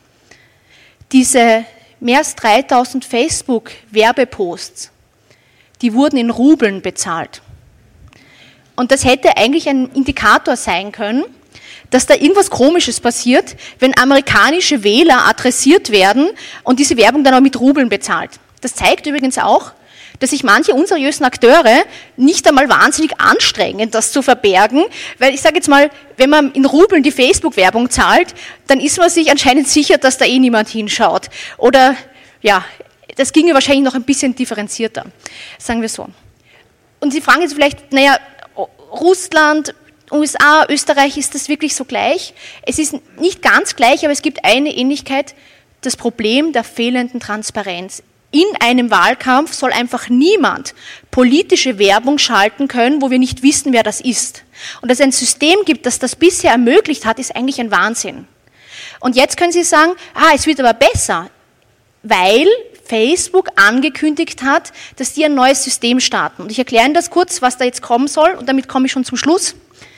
Diese mehr als 3.000 Facebook-Werbeposts, die wurden in Rubeln bezahlt. Und das hätte eigentlich ein Indikator sein können, dass da irgendwas Komisches passiert, wenn amerikanische Wähler adressiert werden und diese Werbung dann auch mit Rubeln bezahlt. Das zeigt übrigens auch, dass sich manche unseriösen Akteure nicht einmal wahnsinnig anstrengen, das zu verbergen, weil ich sage jetzt mal, wenn man in Rubeln die Facebook-Werbung zahlt, dann ist man sich anscheinend sicher, dass da eh niemand hinschaut. Oder ja, das ginge wahrscheinlich noch ein bisschen differenzierter, sagen wir so. Und Sie fragen jetzt vielleicht, naja, Russland, USA, Österreich, ist das wirklich so gleich? Es ist nicht ganz gleich, aber es gibt eine Ähnlichkeit, das Problem der fehlenden Transparenz. In einem Wahlkampf soll einfach niemand politische Werbung schalten können, wo wir nicht wissen, wer das ist. Und dass es ein System gibt, das das bisher ermöglicht hat, ist eigentlich ein Wahnsinn. Und jetzt können Sie sagen, es wird aber besser, weil Facebook angekündigt hat, dass die ein neues System starten. Und ich erkläre Ihnen das kurz, was da jetzt kommen soll, und damit komme ich schon zum Schluss.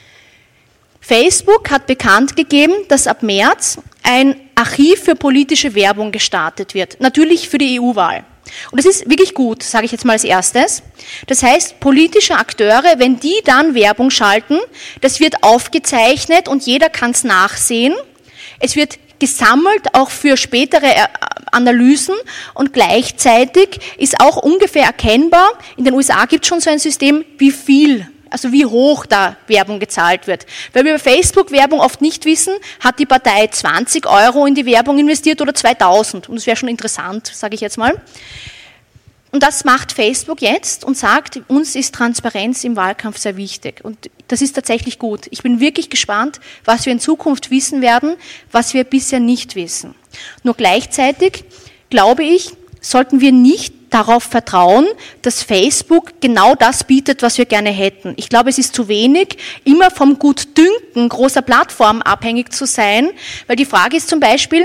Facebook hat bekannt gegeben, dass ab März ein Archiv für politische Werbung gestartet wird, natürlich für die EU-Wahl. Und das ist wirklich gut, sage ich jetzt mal als erstes. Das heißt, politische Akteure, wenn die dann Werbung schalten, das wird aufgezeichnet und jeder kann es nachsehen. Es wird gesammelt, auch für spätere Analysen, und gleichzeitig ist auch ungefähr erkennbar, in den USA gibt es schon so ein System, wie hoch da Werbung gezahlt wird. Weil wir bei Facebook-Werbung oft nicht wissen, hat die Partei 20 € in die Werbung investiert oder 2.000. Und das wäre schon interessant, sage ich jetzt mal. Und das macht Facebook jetzt und sagt, uns ist Transparenz im Wahlkampf sehr wichtig. Und das ist tatsächlich gut. Ich bin wirklich gespannt, was wir in Zukunft wissen werden, was wir bisher nicht wissen. Nur gleichzeitig, glaube ich, sollten wir nicht darauf vertrauen, dass Facebook genau das bietet, was wir gerne hätten. Ich glaube, es ist zu wenig, immer vom Gutdünken großer Plattformen abhängig zu sein, weil die Frage ist zum Beispiel,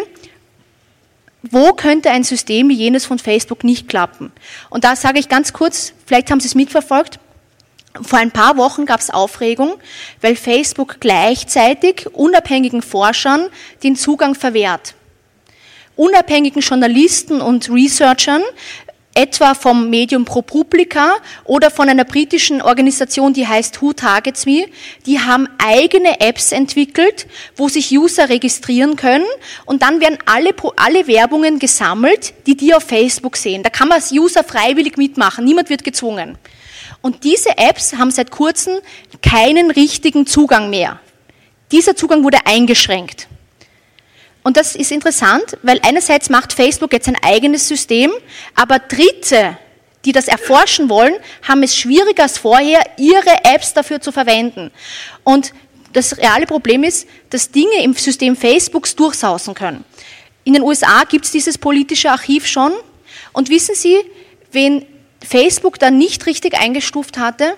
wo könnte ein System wie jenes von Facebook nicht klappen? Und da sage ich ganz kurz, vielleicht haben Sie es mitverfolgt, vor ein paar Wochen gab es Aufregung, weil Facebook gleichzeitig unabhängigen Forschern den Zugang verwehrt. Unabhängigen Journalisten und Researchern, etwa vom Medium ProPublica oder von einer britischen Organisation, die heißt Who Targets Me, die haben eigene Apps entwickelt, wo sich User registrieren können und dann werden alle Werbungen gesammelt, die auf Facebook sehen. Da kann man als User freiwillig mitmachen, niemand wird gezwungen. Und diese Apps haben seit kurzem keinen richtigen Zugang mehr. Dieser Zugang wurde eingeschränkt. Und das ist interessant, weil einerseits macht Facebook jetzt ein eigenes System, aber Dritte, die das erforschen wollen, haben es schwieriger als vorher, ihre Apps dafür zu verwenden. Und das reale Problem ist, dass Dinge im System Facebooks durchsausen können. In den USA gibt es dieses politische Archiv schon. Und wissen Sie, wen Facebook dann nicht richtig eingestuft hatte?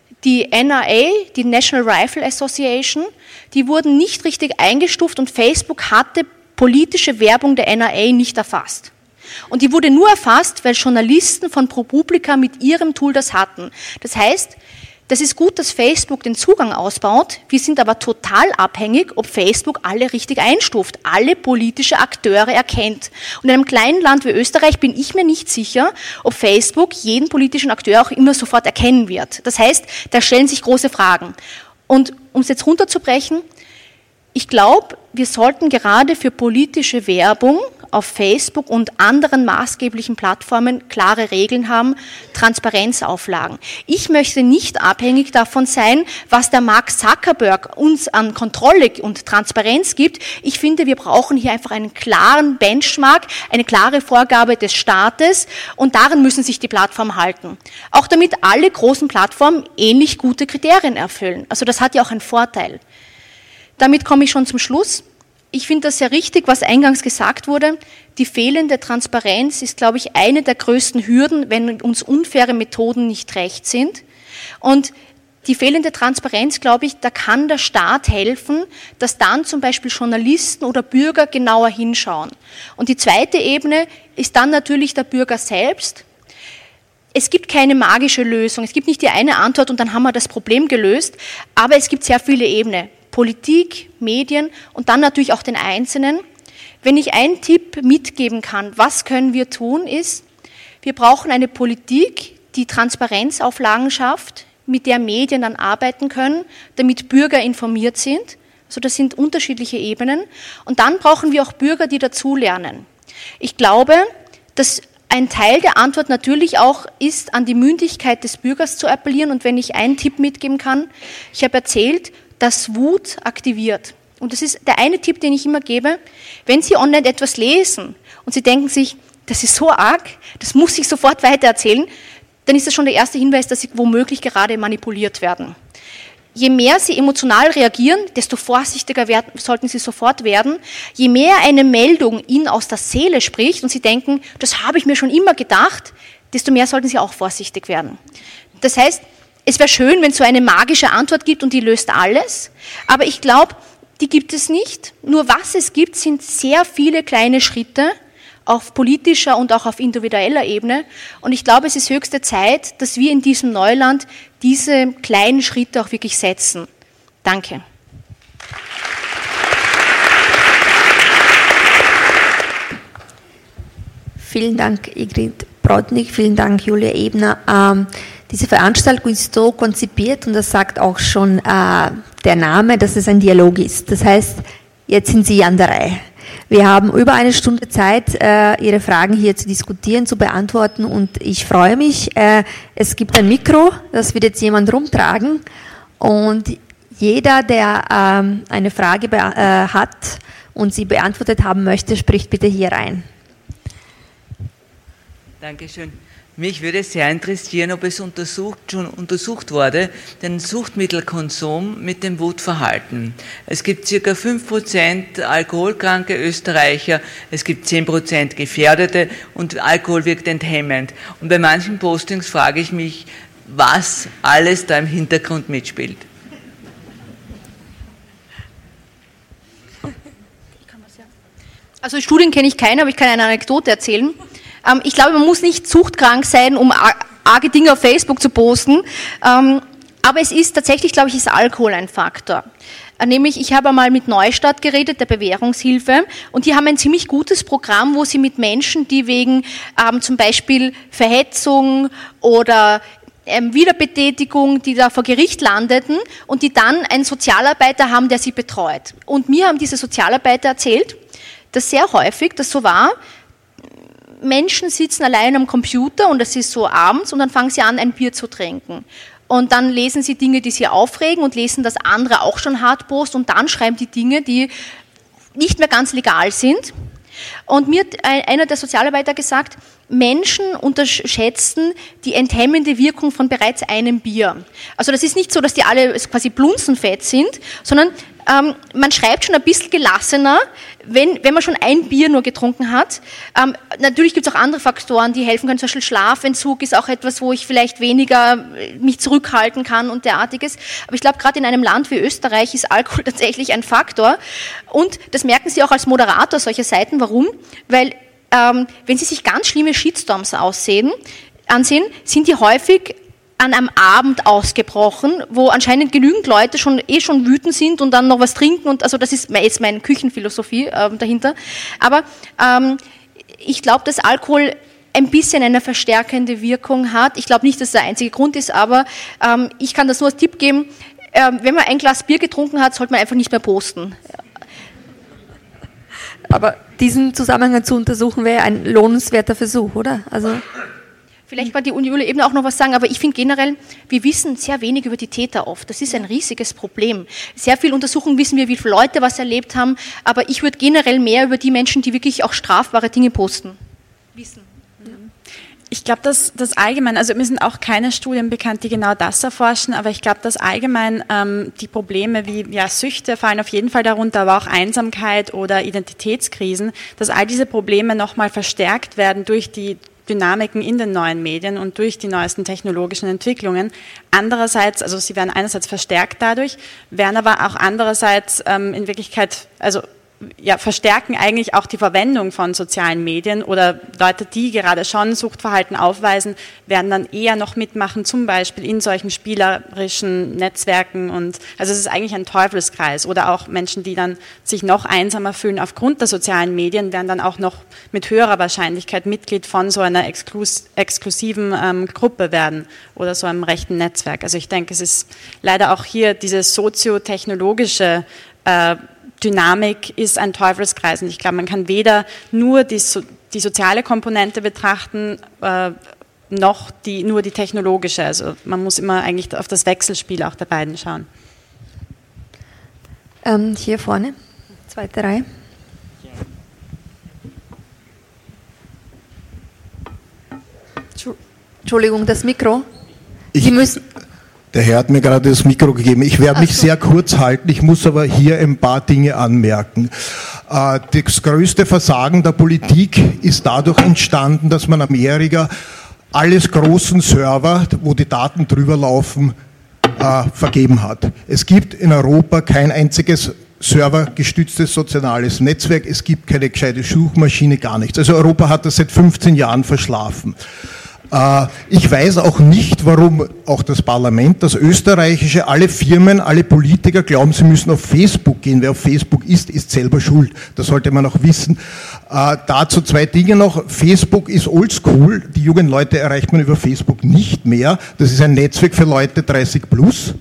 die NRA, die National Rifle Association, die wurden nicht richtig eingestuft und Facebook hatte politische Werbung der NRA nicht erfasst. Und die wurde nur erfasst, weil Journalisten von ProPublica mit ihrem Tool das hatten. Das heißt, das ist gut, dass Facebook den Zugang ausbaut. Wir sind aber total abhängig, ob Facebook alle richtig einstuft, alle politische Akteure erkennt. Und in einem kleinen Land wie Österreich bin ich mir nicht sicher, ob Facebook jeden politischen Akteur auch immer sofort erkennen wird. Das heißt, da stellen sich große Fragen. Und um es jetzt runterzubrechen, ich glaube, wir sollten gerade für politische Werbung auf Facebook und anderen maßgeblichen Plattformen klare Regeln haben, Transparenzauflagen. Ich möchte nicht abhängig davon sein, was der Mark Zuckerberg uns an Kontrolle und Transparenz gibt. Ich finde, wir brauchen hier einfach einen klaren Benchmark, eine klare Vorgabe des Staates und daran müssen sich die Plattformen halten. Auch damit alle großen Plattformen ähnlich gute Kriterien erfüllen. Also das hat ja auch einen Vorteil. Damit komme ich schon zum Schluss. Ich finde das sehr richtig, was eingangs gesagt wurde. Die fehlende Transparenz ist, glaube ich, eine der größten Hürden, wenn uns unfaire Methoden nicht recht sind. Und die fehlende Transparenz, glaube ich, da kann der Staat helfen, dass dann zum Beispiel Journalisten oder Bürger genauer hinschauen. Und die zweite Ebene ist dann natürlich der Bürger selbst. Es gibt keine magische Lösung, es gibt nicht die eine Antwort und dann haben wir das Problem gelöst, aber es gibt sehr viele Ebenen. Politik, Medien und dann natürlich auch den Einzelnen. Wenn ich einen Tipp mitgeben kann, was können wir tun, ist, wir brauchen eine Politik, die Transparenzauflagen schafft, mit der Medien dann arbeiten können, damit Bürger informiert sind. Also das sind unterschiedliche Ebenen. Und dann brauchen wir auch Bürger, die dazulernen. Ich glaube, dass ein Teil der Antwort natürlich auch ist, an die Mündigkeit des Bürgers zu appellieren. Und wenn ich einen Tipp mitgeben kann, ich habe erzählt, dass Wut aktiviert. Und das ist der eine Tipp, den ich immer gebe. Wenn Sie online etwas lesen und Sie denken sich, das ist so arg, das muss ich sofort weitererzählen, dann ist das schon der erste Hinweis, dass Sie womöglich gerade manipuliert werden. Je mehr Sie emotional reagieren, desto vorsichtiger sollten Sie sofort werden. Je mehr eine Meldung Ihnen aus der Seele spricht und Sie denken, das habe ich mir schon immer gedacht, desto mehr sollten Sie auch vorsichtig werden. Das heißt, es wäre schön, wenn es so eine magische Antwort gibt und die löst alles, aber ich glaube, die gibt es nicht. Nur was es gibt, sind sehr viele kleine Schritte auf politischer und auch auf individueller Ebene und ich glaube, es ist höchste Zeit, dass wir in diesem Neuland diese kleinen Schritte auch wirklich setzen. Danke. Vielen Dank, Ingrid Brodnik, vielen Dank, Julia Ebner. Diese Veranstaltung ist so konzipiert und das sagt auch schon der Name, dass es ein Dialog ist. Das heißt, jetzt sind Sie an der Reihe. Wir haben über eine Stunde Zeit, Ihre Fragen hier zu diskutieren, zu beantworten und ich freue mich. Es gibt ein Mikro, das wird jetzt jemand rumtragen und jeder, der eine Frage hat und sie beantwortet haben möchte, spricht bitte hier rein. Dankeschön. Mich würde sehr interessieren, ob es schon untersucht wurde, den Suchtmittelkonsum mit dem Wutverhalten. Es gibt ca. 5% alkoholkranke Österreicher, es gibt 10% Gefährdete und Alkohol wirkt enthemmend. Und bei manchen Postings frage ich mich, was alles da im Hintergrund mitspielt. Also Studien kenne ich keine, aber ich kann eine Anekdote erzählen. Ich glaube, man muss nicht suchtkrank sein, um arge Dinge auf Facebook zu posten. Aber es ist tatsächlich, glaube ich, ist Alkohol ein Faktor. Nämlich, ich habe einmal mit Neustadt geredet, der Bewährungshilfe, und die haben ein ziemlich gutes Programm, wo sie mit Menschen, die wegen zum Beispiel Verhetzung oder Wiederbetätigung, die da vor Gericht landeten und die dann einen Sozialarbeiter haben, der sie betreut. Und mir haben diese Sozialarbeiter erzählt, dass sehr häufig das so war, Menschen sitzen allein am Computer und es ist so abends und dann fangen sie an, ein Bier zu trinken. Und dann lesen sie Dinge, die sie aufregen und lesen, dass andere auch schon hart posten und dann schreiben die Dinge, die nicht mehr ganz legal sind. Und mir hat einer der Sozialarbeiter gesagt, Menschen unterschätzen die enthemmende Wirkung von bereits einem Bier. Also das ist nicht so, dass die alle quasi blunzenfett sind, sondern man schreibt schon ein bisschen gelassener, wenn man schon ein Bier nur getrunken hat. Natürlich gibt es auch andere Faktoren, die helfen können. Zum Beispiel Schlafentzug ist auch etwas, wo ich vielleicht weniger mich zurückhalten kann und derartiges. Aber ich glaube, gerade in einem Land wie Österreich ist Alkohol tatsächlich ein Faktor. Und das merken Sie auch als Moderator solcher Seiten. Warum? Weil wenn Sie sich ganz schlimme Shitstorms ansehen, sind die häufig an einem Abend ausgebrochen, wo anscheinend genügend Leute schon wütend sind und dann noch was trinken. Und also das ist jetzt meine Küchenphilosophie dahinter. Aber ich glaube, dass Alkohol ein bisschen eine verstärkende Wirkung hat. Ich glaube nicht, dass das der einzige Grund ist, aber ich kann das nur als Tipp geben. Wenn man ein Glas Bier getrunken hat, sollte man einfach nicht mehr posten. Aber diesen Zusammenhang zu untersuchen wäre ein lohnenswerter Versuch, oder? Also vielleicht kann die Julia eben auch noch was sagen, aber ich finde generell, wir wissen sehr wenig über die Täter oft. Das ist ein riesiges Problem. Sehr viel Untersuchungen wissen wir, wie viele Leute was erlebt haben, aber ich würde generell mehr über die Menschen, die wirklich auch strafbare Dinge posten, wissen. Ich glaube, dass das allgemein, also mir sind auch keine Studien bekannt, die genau das erforschen, aber ich glaube, dass allgemein die Probleme wie Süchte fallen auf jeden Fall darunter, aber auch Einsamkeit oder Identitätskrisen, dass all diese Probleme nochmal verstärkt werden durch die Dynamiken in den neuen Medien und durch die neuesten technologischen Entwicklungen. Andererseits, also sie werden einerseits verstärkt dadurch, werden aber auch andererseits in Wirklichkeit, also verstärken eigentlich auch die Verwendung von sozialen Medien oder Leute, die gerade schon Suchtverhalten aufweisen, werden dann eher noch mitmachen, zum Beispiel in solchen spielerischen Netzwerken und also es ist eigentlich ein Teufelskreis oder auch Menschen, die dann sich noch einsamer fühlen aufgrund der sozialen Medien, werden dann auch noch mit höherer Wahrscheinlichkeit Mitglied von so einer exklusiven Gruppe werden oder so einem rechten Netzwerk. Also ich denke, es ist leider auch hier diese soziotechnologische Dynamik ist ein Teufelskreis und ich glaube, man kann weder nur die soziale Komponente betrachten, noch nur die technologische. Also man muss immer eigentlich auf das Wechselspiel auch der beiden schauen. Hier vorne, zweite Reihe. Entschuldigung, das Mikro. Sie müssen... Der Herr hat mir gerade das Mikro gegeben. Ich werde mich sehr kurz halten, ich muss aber hier ein paar Dinge anmerken. Das größte Versagen der Politik ist dadurch entstanden, dass man Amerika alles großen Server, wo die Daten drüber laufen, vergeben hat. Es gibt in Europa kein einziges servergestütztes soziales Netzwerk, es gibt keine gescheite Suchmaschine, gar nichts. Also Europa hat das seit 15 Jahren verschlafen. Ich weiß auch nicht, warum auch das Parlament, das österreichische, alle Firmen, alle Politiker glauben, sie müssen auf Facebook gehen. Wer auf Facebook ist selber schuld. Das sollte man auch wissen. Dazu zwei Dinge noch. Facebook ist oldschool. Die jungen Leute erreicht man über Facebook nicht mehr. Das ist ein Netzwerk für Leute 30 plus.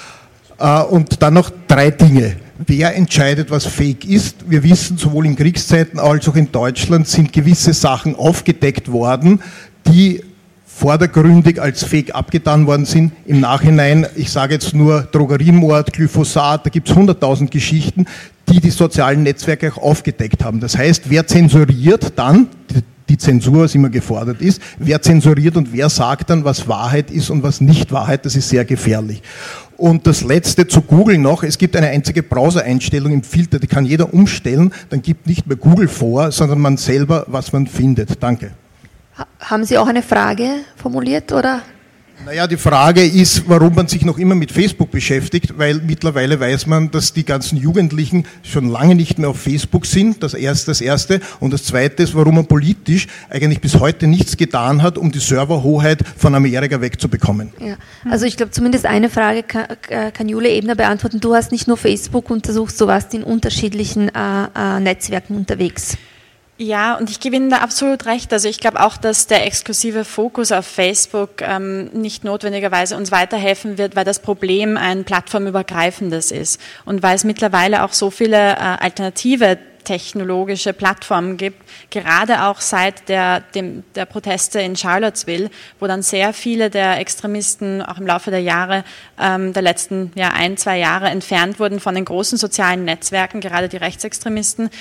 Und dann noch drei Dinge. Wer entscheidet, was Fake ist? Wir wissen, sowohl in Kriegszeiten als auch in Deutschland sind gewisse Sachen aufgedeckt worden, die vordergründig als Fake abgetan worden sind. Im Nachhinein, ich sage jetzt nur Drogeriemord, Glyphosat, da gibt es 100.000 Geschichten, die sozialen Netzwerke auch aufgedeckt haben. Das heißt, wer zensuriert dann, die Zensur, was immer gefordert ist, wer zensuriert und wer sagt dann, was Wahrheit ist und was nicht Wahrheit, das ist sehr gefährlich. Und das Letzte zu Google noch, es gibt eine einzige Browser-Einstellung im Filter, die kann jeder umstellen, dann gibt nicht mehr Google vor, sondern man selber, was man findet. Danke. Haben Sie auch eine Frage formuliert, oder? Naja, die Frage ist, warum man sich noch immer mit Facebook beschäftigt, weil mittlerweile weiß man, dass die ganzen Jugendlichen schon lange nicht mehr auf Facebook sind, das Erste. Und das Zweite ist, warum man politisch eigentlich bis heute nichts getan hat, um die Serverhoheit von Amerika wegzubekommen. Ja, also ich glaube, zumindest eine Frage kann Julia Ebner beantworten. Du hast nicht nur Facebook untersucht, du warst in unterschiedlichen Netzwerken unterwegs. Ja, und ich gebe Ihnen da absolut recht. Also ich glaube auch, dass der exklusive Fokus auf Facebook nicht notwendigerweise uns weiterhelfen wird, weil das Problem ein plattformübergreifendes ist und weil es mittlerweile auch so viele alternative technologische Plattformen gibt, gerade auch seit der Proteste in Charlottesville, wo dann sehr viele der Extremisten auch im Laufe der Jahre, der letzten 1-2 Jahre entfernt wurden von den großen sozialen Netzwerken, gerade die Rechtsextremisten.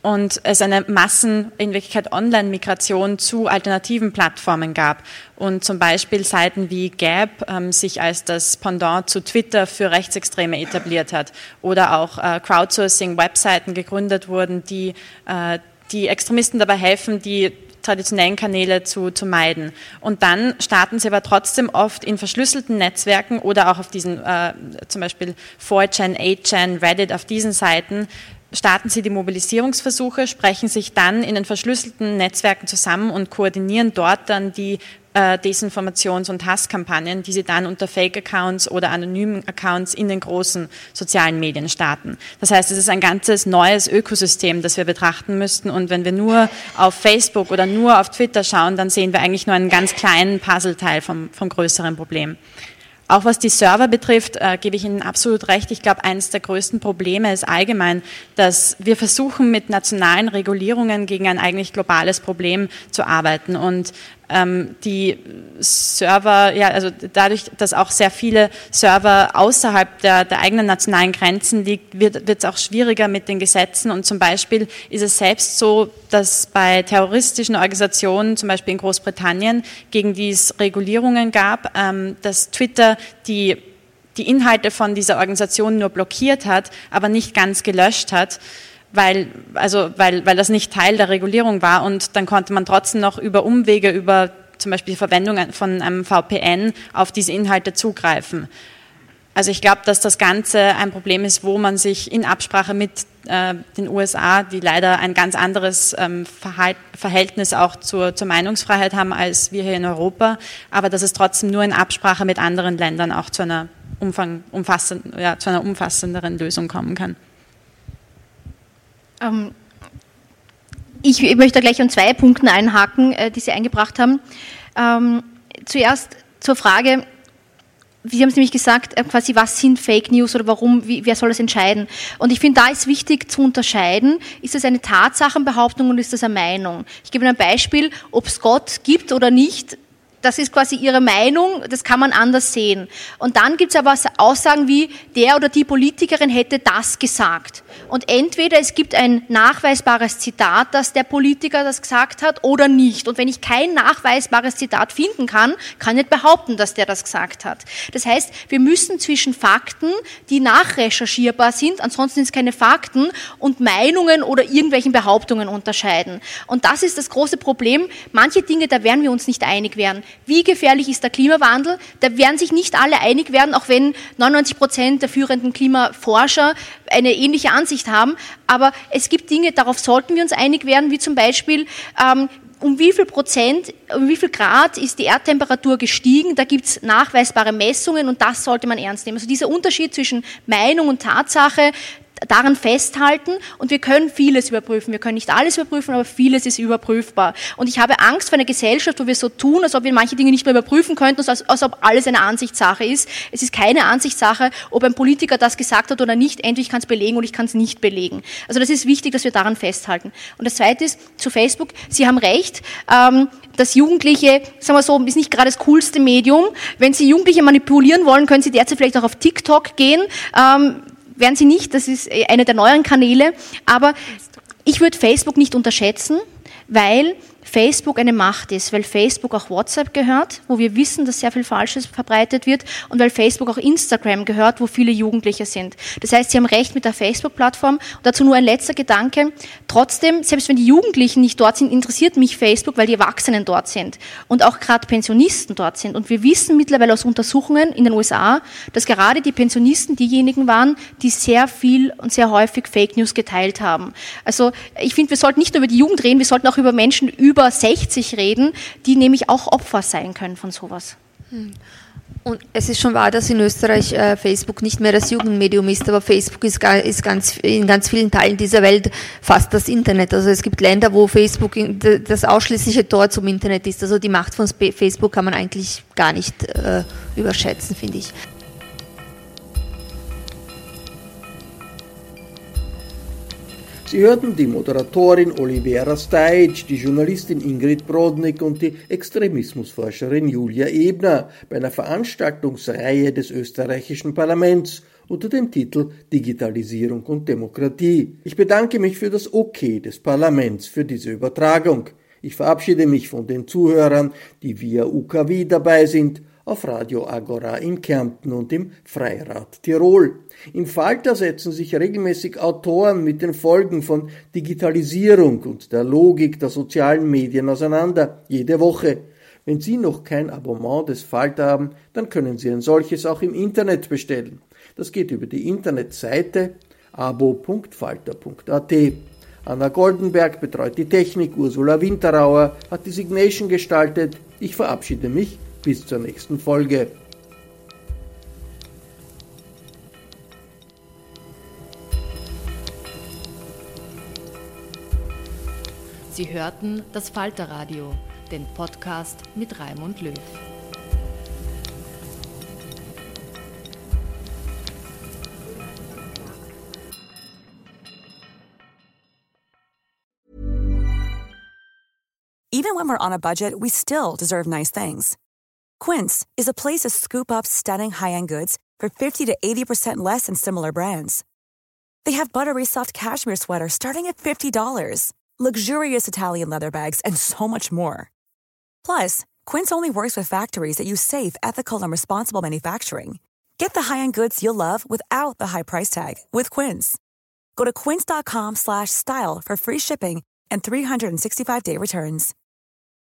und es eine in Wirklichkeit Online-Migration zu alternativen Plattformen gab und zum Beispiel Seiten wie Gab sich als das Pendant zu Twitter für Rechtsextreme etabliert hat oder auch Crowdsourcing-Webseiten gegründet wurden, die Extremisten dabei helfen, die traditionellen Kanäle zu meiden. Und dann starten sie aber trotzdem oft in verschlüsselten Netzwerken oder auch auf diesen, zum Beispiel 4chan, 8chan, Reddit, auf diesen Seiten, starten sie die Mobilisierungsversuche, sprechen sich dann in den verschlüsselten Netzwerken zusammen und koordinieren dort dann die Desinformations- und Hasskampagnen, die sie dann unter Fake-Accounts oder anonymen Accounts in den großen sozialen Medien starten. Das heißt, es ist ein ganzes neues Ökosystem, das wir betrachten müssten. Und wenn wir nur auf Facebook oder nur auf Twitter schauen, dann sehen wir eigentlich nur einen ganz kleinen Puzzleteil vom größeren Problem. Auch was die Server betrifft, gebe ich Ihnen absolut recht. Ich glaube, eines der größten Probleme ist allgemein, dass wir versuchen, mit nationalen Regulierungen gegen ein eigentlich globales Problem zu arbeiten. Und die Server, ja, also dadurch, dass auch sehr viele Server außerhalb der eigenen nationalen Grenzen liegen, wird es auch schwieriger mit den Gesetzen. Und zum Beispiel ist es selbst so, dass bei terroristischen Organisationen, zum Beispiel in Großbritannien, gegen die es Regulierungen gab, dass Twitter die Inhalte von dieser Organisation nur blockiert hat, aber nicht ganz gelöscht hat, weil das nicht Teil der Regulierung war, und dann konnte man trotzdem noch über Umwege, über zum Beispiel die Verwendung von einem VPN auf diese Inhalte zugreifen. Also ich glaube, dass das Ganze ein Problem ist, wo man sich in Absprache mit den USA, die leider ein ganz anderes Verhältnis auch zur Meinungsfreiheit haben als wir hier in Europa, aber dass es trotzdem nur in Absprache mit anderen Ländern auch zu einer umfassenderen Lösung kommen kann. Ich möchte gleich an 2 Punkten einhaken, die Sie eingebracht haben. Zuerst zur Frage, Sie haben es nämlich gesagt, quasi, was sind Fake News oder warum, wer soll das entscheiden? Und ich finde, da ist wichtig zu unterscheiden, ist das eine Tatsachenbehauptung und ist das eine Meinung? Ich gebe Ihnen ein Beispiel, ob es Gott gibt oder nicht. Das ist quasi Ihre Meinung, das kann man anders sehen. Und dann gibt es aber Aussagen wie, der oder die Politikerin hätte das gesagt. Und entweder es gibt ein nachweisbares Zitat, dass der Politiker das gesagt hat, oder nicht. Und wenn ich kein nachweisbares Zitat finden kann, kann ich nicht behaupten, dass der das gesagt hat. Das heißt, wir müssen zwischen Fakten, die nachrecherchierbar sind, ansonsten sind es keine Fakten, und Meinungen oder irgendwelchen Behauptungen unterscheiden. Und das ist das große Problem. Manche Dinge, da werden wir uns nicht einig werden. Wie gefährlich ist der Klimawandel? Da werden sich nicht alle einig werden, auch wenn 99% der führenden Klimaforscher eine ähnliche Ansicht haben. Aber es gibt Dinge, darauf sollten wir uns einig werden, wie zum Beispiel, um wie viel Grad ist die Erdtemperatur gestiegen? Da gibt es nachweisbare Messungen und das sollte man ernst nehmen. Also dieser Unterschied zwischen Meinung und Tatsache, daran festhalten, und wir können vieles überprüfen. Wir können nicht alles überprüfen, aber vieles ist überprüfbar. Und ich habe Angst vor einer Gesellschaft, wo wir so tun, als ob wir manche Dinge nicht mehr überprüfen könnten, als ob alles eine Ansichtssache ist. Es ist keine Ansichtssache, ob ein Politiker das gesagt hat oder nicht. Entweder ich kann es belegen oder ich kann es nicht belegen. Also das ist wichtig, dass wir daran festhalten. Und das Zweite ist zu Facebook. Sie haben recht, dass Jugendliche, sagen wir so, ist nicht gerade das coolste Medium. Wenn Sie Jugendliche manipulieren wollen, können Sie derzeit vielleicht auch auf TikTok gehen. Werden Sie nicht, das ist einer der neueren Kanäle, aber ich würde Facebook nicht unterschätzen, weil Facebook eine Macht ist, weil Facebook auch WhatsApp gehört, wo wir wissen, dass sehr viel Falsches verbreitet wird, und weil Facebook auch Instagram gehört, wo viele Jugendliche sind. Das heißt, Sie haben recht mit der Facebook-Plattform. Und dazu nur ein letzter Gedanke. Trotzdem, selbst wenn die Jugendlichen nicht dort sind, interessiert mich Facebook, weil die Erwachsenen dort sind und auch gerade Pensionisten dort sind. Und wir wissen mittlerweile aus Untersuchungen in den USA, dass gerade die Pensionisten diejenigen waren, die sehr viel und sehr häufig Fake News geteilt haben. Also ich finde, wir sollten nicht nur über die Jugend reden, wir sollten auch über Menschen über 60 reden, die nämlich auch Opfer sein können von sowas. Und es ist schon wahr, dass in Österreich Facebook nicht mehr das Jugendmedium ist, aber Facebook ist in ganz vielen Teilen dieser Welt fast das Internet. Also es gibt Länder, wo Facebook das ausschließliche Tor zum Internet ist. Also die Macht von Facebook kann man eigentlich gar nicht überschätzen, finde ich. Sie hörten die Moderatorin Olivera Stajic, die Journalistin Ingrid Brodnik und die Extremismusforscherin Julia Ebner bei einer Veranstaltungsreihe des österreichischen Parlaments unter dem Titel Digitalisierung und Demokratie. Ich bedanke mich für das Okay des Parlaments für diese Übertragung. Ich verabschiede mich von den Zuhörern, die via UKW dabei sind, auf Radio Agora in Kärnten und im Freirad Tirol. Im Falter setzen sich regelmäßig Autoren mit den Folgen von Digitalisierung und der Logik der sozialen Medien auseinander, jede Woche. Wenn Sie noch kein Abonnement des Falter haben, dann können Sie ein solches auch im Internet bestellen. Das geht über die Internetseite abo.falter.at. Anna Goldenberg betreut die Technik, Ursula Winterauer hat die Signation gestaltet. Ich verabschiede mich bis zur nächsten Folge. Sie hörten das Falterradio, den Podcast mit Raimund Löw. Even when we're on a budget, we still deserve nice things. Quince is a place to scoop up stunning high-end goods for 50 to 80% less than similar brands. They have buttery soft cashmere sweaters starting at $50, luxurious Italian leather bags, and so much more. Plus, Quince only works with factories that use safe, ethical, and responsible manufacturing. Get the high-end goods you'll love without the high price tag with Quince. Go to quince.com/style for free shipping and 365-day returns.